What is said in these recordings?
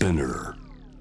Spinner。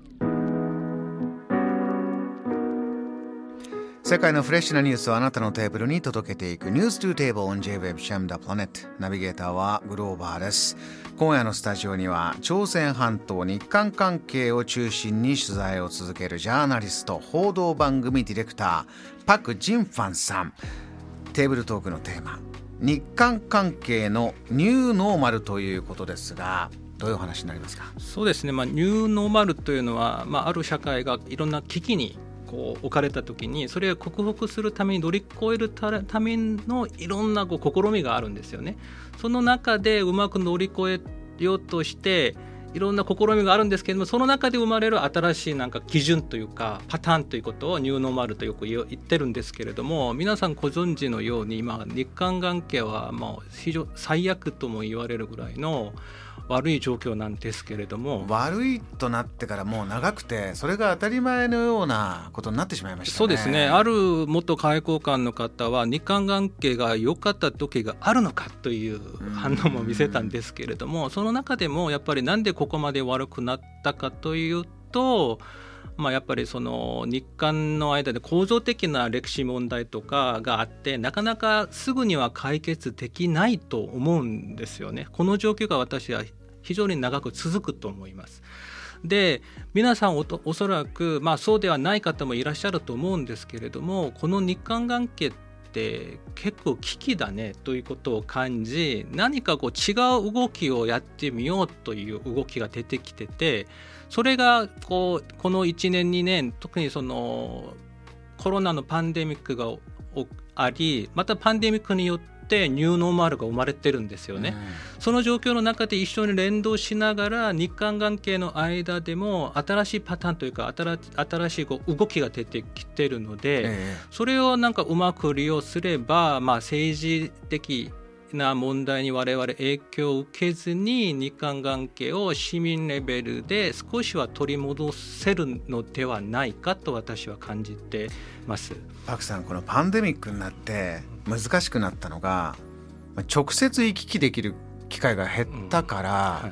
世界のフレッシュなニュースをあなたのテーブルに届けていく News to Table on J-Web Sham the Planet。 ナビゲーターはグローバーです。今夜のスタジオには朝鮮半島日韓関係を中心に取材を続けるジャーナリスト、報道番組ディレクターパク・ジンファンさん。テーブルトークのテーマ、日韓関係のニューノーマルということですが、どういうお話になりますか？ そうですね、ニューノーマルというのは、ある社会がいろんな危機に置かれた時に、それを克服するために乗り越えるためのいろんな試みがあるんですよね。その中でうまく乗り越えようとしていろんな試みがあるんですけれども、その中で生まれる新しい基準というかパターンということをニューノーマルとよく言ってるんですけれども、皆さんご存知のように今日韓関係はもう非常最悪とも言われるぐらいの悪い状況なんですけれども、 悪いとなってからもう長くて、それが当たり前のようなことになってしまいましたね。 そうですね。ある元外交官の方は日韓関係が良かった時があるのかという反応も見せたんですけれども、その中でもやっぱりなんでここまで悪くなったかというと、やっぱりその日韓の間で構造的な歴史問題とかがあって、なかなかすぐには解決できないと思うんですよね。この状況が私は非常に長く続くと思います。で、皆さん おそらく、そうではない方もいらっしゃると思うんですけれども、この日韓関係って結構危機だねということを感じ、何か違う動きをやってみようという動きが出てきてて、それがこの1年2年、特にそのコロナのパンデミックがあり、またパンデミックによってニューノーマルが生まれてるんですよね。その状況の中で一緒に連動しながら日韓関係の間でも新しいパターンというか新しい動きが出てきてるので、それをうまく利用すれば、政治的な問題に我々影響を受けずに日韓関係を市民レベルで少しは取り戻せるのではないかと私は感じてます。 パクさん、このパンデミックになって難しくなったのが、直接行き来できる機会が減ったから、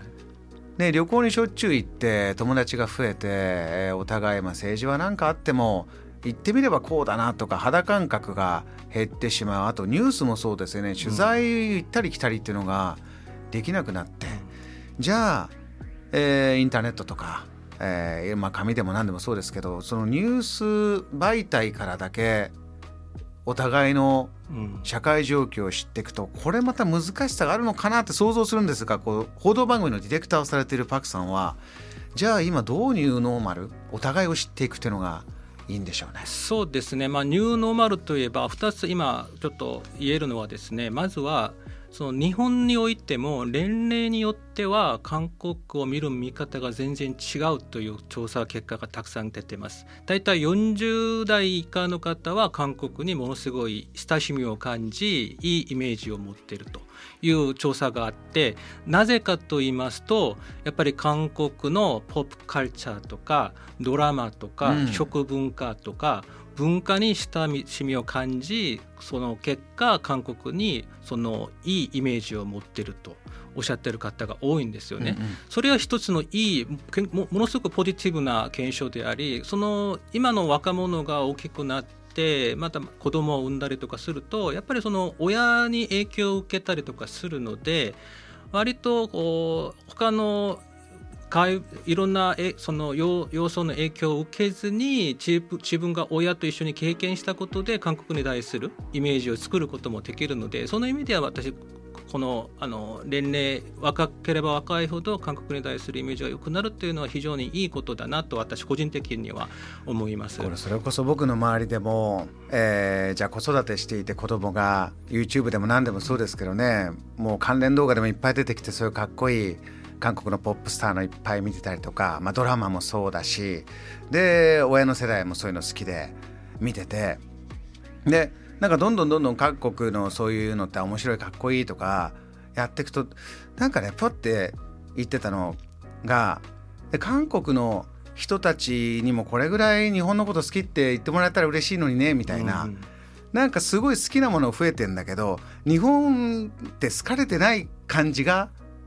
旅行にしょっちゅう行って友達が増えて、お互い政治は何かあっても言ってみればこうだなとか肌感覚が減ってしまう。あとニュースもそうですよね。取材行ったり来たりっていうのができなくなって、じゃあ、インターネットとか、紙でも何でもそうですけど、そのニュース媒体からだけお互いの社会状況を知っていくと、これまた難しさがあるのかなって想像するんですが、報道番組のディレクターをされているパクさんは、じゃあ今どうニューノーマル、お互いを知っていくっていうのがいいんでしょうね。 そうですね、ニューノーマルといえば2つ今ちょっと言えるのはですね、まずはその日本においても年齢によっては韓国を見る見方が全然違うという調査結果がたくさん出てます。だいたい40代以下の方は韓国にものすごい親しみを感じ、いいイメージを持っているという調査があって、なぜかと言いますと、やっぱり韓国のポップカルチャーとかドラマとか食文化とか文化に親しみを感じ、その結果韓国にそのいいイメージを持っているとおっしゃってる方が多いんですよね。それは一つのものすごくポジティブな現象であり、その今の若者が大きくなってまた子供を産んだりとかすると、やっぱりその親に影響を受けたりとかするので、割と他のいろんなその要素の影響を受けずに、自分が親と一緒に経験したことで韓国に対するイメージを作ることもできるので、その意味では私この年齢若ければ若いほど韓国に対するイメージが良くなるというのは非常にいいことだなと私個人的には思います。 それこそ僕の周りでも、じゃあ子育てしていて子供が YouTube でも何でもそうですけどね、もう関連動画でもいっぱい出てきて、そういうかっこいい韓国のポップスターのいっぱい見てたりとか、ドラマもそうだし、で親の世代もそういうの好きで見てて、でどんどん各国のそういうのって面白いかっこいいとかやっていくと、ポッて言ってたのが、韓国の人たちにもこれぐらい日本のこと好きって言ってもらえたら嬉しいのにねみたいな、すごい好きなもの増えてんだけど、日本って好かれてない感じが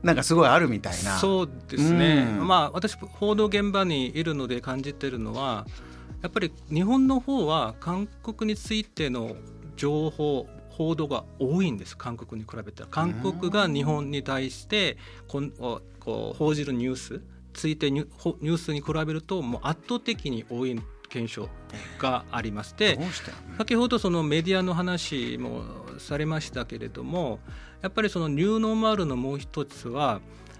なんかすごいあるみたいな。 そうですね、私報道現場にいるので感じてるのは、やっぱり日本の方は韓国についての情報報道が多いんです。韓国に比べたら韓国が日本に対してこう報じるニュースついてニュースに比べるともう圧倒的に多い現象がありまして、先ほどそのメディアの話もされましたけれども、やっぱりそのニューノーマルのもう一つは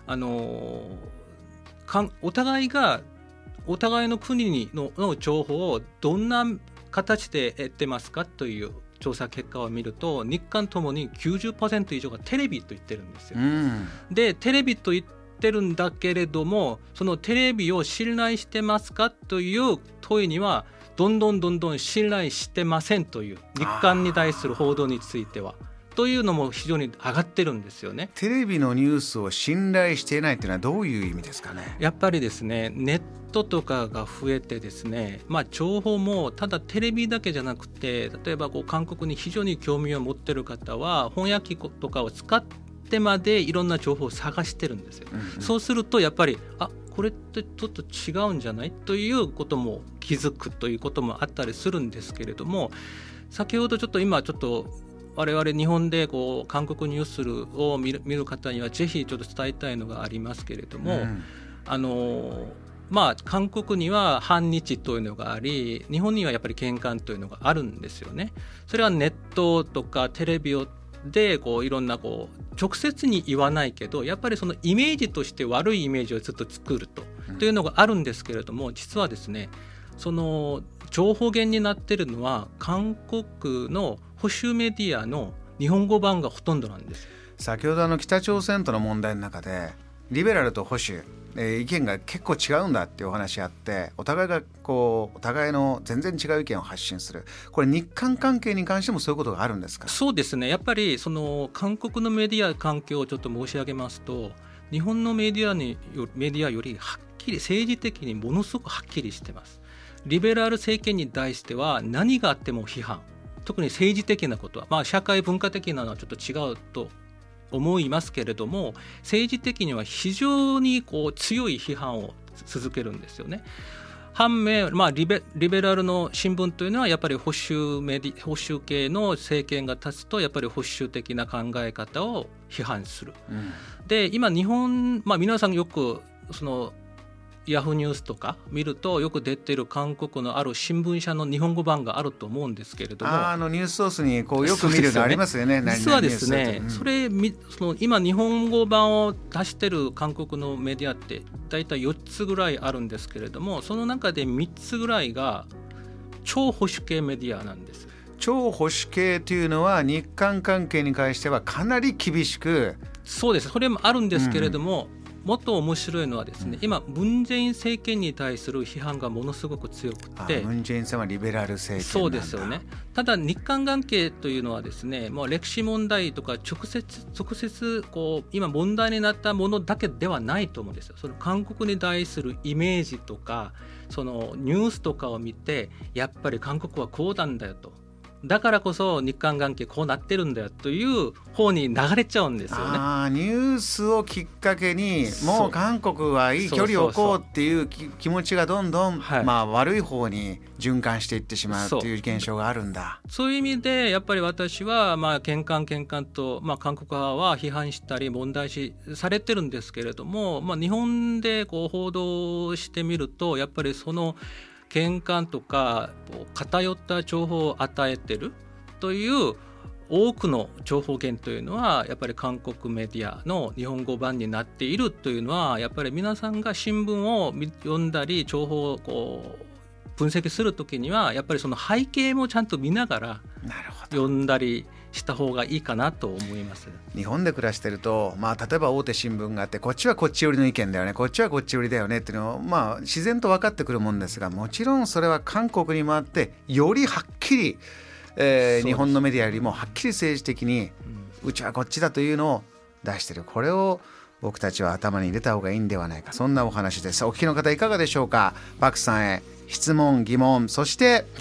お互いの国の情報をどんな形で得てますかという調査結果を見ると、日韓ともに 90% 以上がテレビと言ってるんですよ。でテレビと言ってるんだけれども、そのテレビを信頼してますかという問いにはどんどん信頼してませんという、日韓に対する報道についてはというのも非常に上がってるんですよね。 テレビのニュースを信頼していないというのはどういう意味ですかね。 やっぱりですね、ネットとかが増えてですね、情報もただテレビだけじゃなくて、例えば韓国に非常に興味を持っている方は翻訳機とかを使ってまでいろんな情報を探してるんですよ。そうするとやっぱりこれってちょっと違うんじゃないということも気づくということもあったりするんですけれども、先ほど今我々日本で韓国ニュースを見る方にはぜひちょっと伝えたいのがありますけれども、韓国には反日というのがあり、日本にはやっぱり見韓というのがあるんですよね。それはネットとかテレビでいろんな直接に言わないけど、やっぱりそのイメージとして悪いイメージをずっと作るというのがあるんですけれども、実はですね、その情報源になっているのは韓国の保守メディアの日本語版がほとんどなんです。 先ほど北朝鮮との問題の中でリベラルと保守、意見が結構違うんだっていうお話あって、お互いの全然違う意見を発信する。これ日韓関係に関してもそういうことがあるんですか。 そうですね、やっぱりその韓国のメディア環境をちょっと申し上げますと、日本のメディアよりはっきり政治的にものすごくはっきりしてます。リベラル政権に対しては何があっても批判、特に政治的なことは、社会文化的なのはちょっと違うと思いますけれども、政治的には非常に強い批判を続けるんですよね。反面、リベラルの新聞というのはやっぱり保守系の政権が立つとやっぱり保守的な考え方を批判する。で今日本、皆さんよくそのヤフーニュースとか見るとよく出ている韓国のある新聞社の日本語版があると思うんですけれども、 ニュースソースによく見るのありますよね。 実はですね、その今日本語版を出している韓国のメディアってだいたい4つぐらいあるんですけれども、その中で3つぐらいが超保守系メディアなんです。 超保守系というのは日韓関係に関してはかなり厳しく。 そうです、それもあるんですけれども、もっと面白いのはですね、今ムン・ジェイン政権に対する批判がものすごく強くて、 ムン・ジェインさんはリベラル政権なんだ。 そうですよね。ただ日韓関係というのはですね、もう歴史問題とか直接今問題になったものだけではないと思うんですよ。その韓国に対するイメージとかそのニュースとかを見て、やっぱり韓国はこうなんだよと、だからこそ日韓関係こうなってるんだよという方に流れちゃうんですよね。 ニュースをきっかけにもう韓国はいい距離を置こうっていう気持ちがどんどん、悪い方に循環していってしまうっていう現象があるんだ。 そういう意味でやっぱり私は見韓と、韓国側は批判したり問題視されてるんですけれども、日本で報道してみるとやっぱりその見韓とか偏った情報を与えてるという多くの情報源というのはやっぱり韓国メディアの日本語版になっているというのは、やっぱり皆さんが新聞を読んだり情報を分析するときにはやっぱりその背景もちゃんと見ながら読んだりした方がいいかなと思います。 日本で暮らしてると、例えば大手新聞があって、こっちはこっち寄りの意見だよね、こっちはこっち寄りだよねっていうのを、自然と分かってくるもんですが、もちろんそれは韓国にもあってよりはっきり、日本のメディアよりもはっきり政治的に、うちはこっちだというのを出してる。これを僕たちは頭に入れた方がいいんではないか、そんなお話です。お聞きの方いかがでしょうか。パクさんへ質問疑問、そして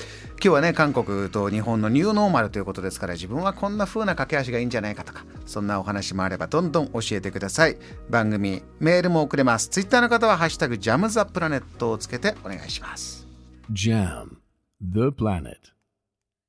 日はね韓国と日本のニューノーマルということですから、自分はこんな風な駆け足がいいんじゃないかとか、そんなお話もあればどんどん教えてください。番組メールも送れます。ツイッターの方はハッシュタグジャムザプラネットをつけてお願いします。 Jam the Planet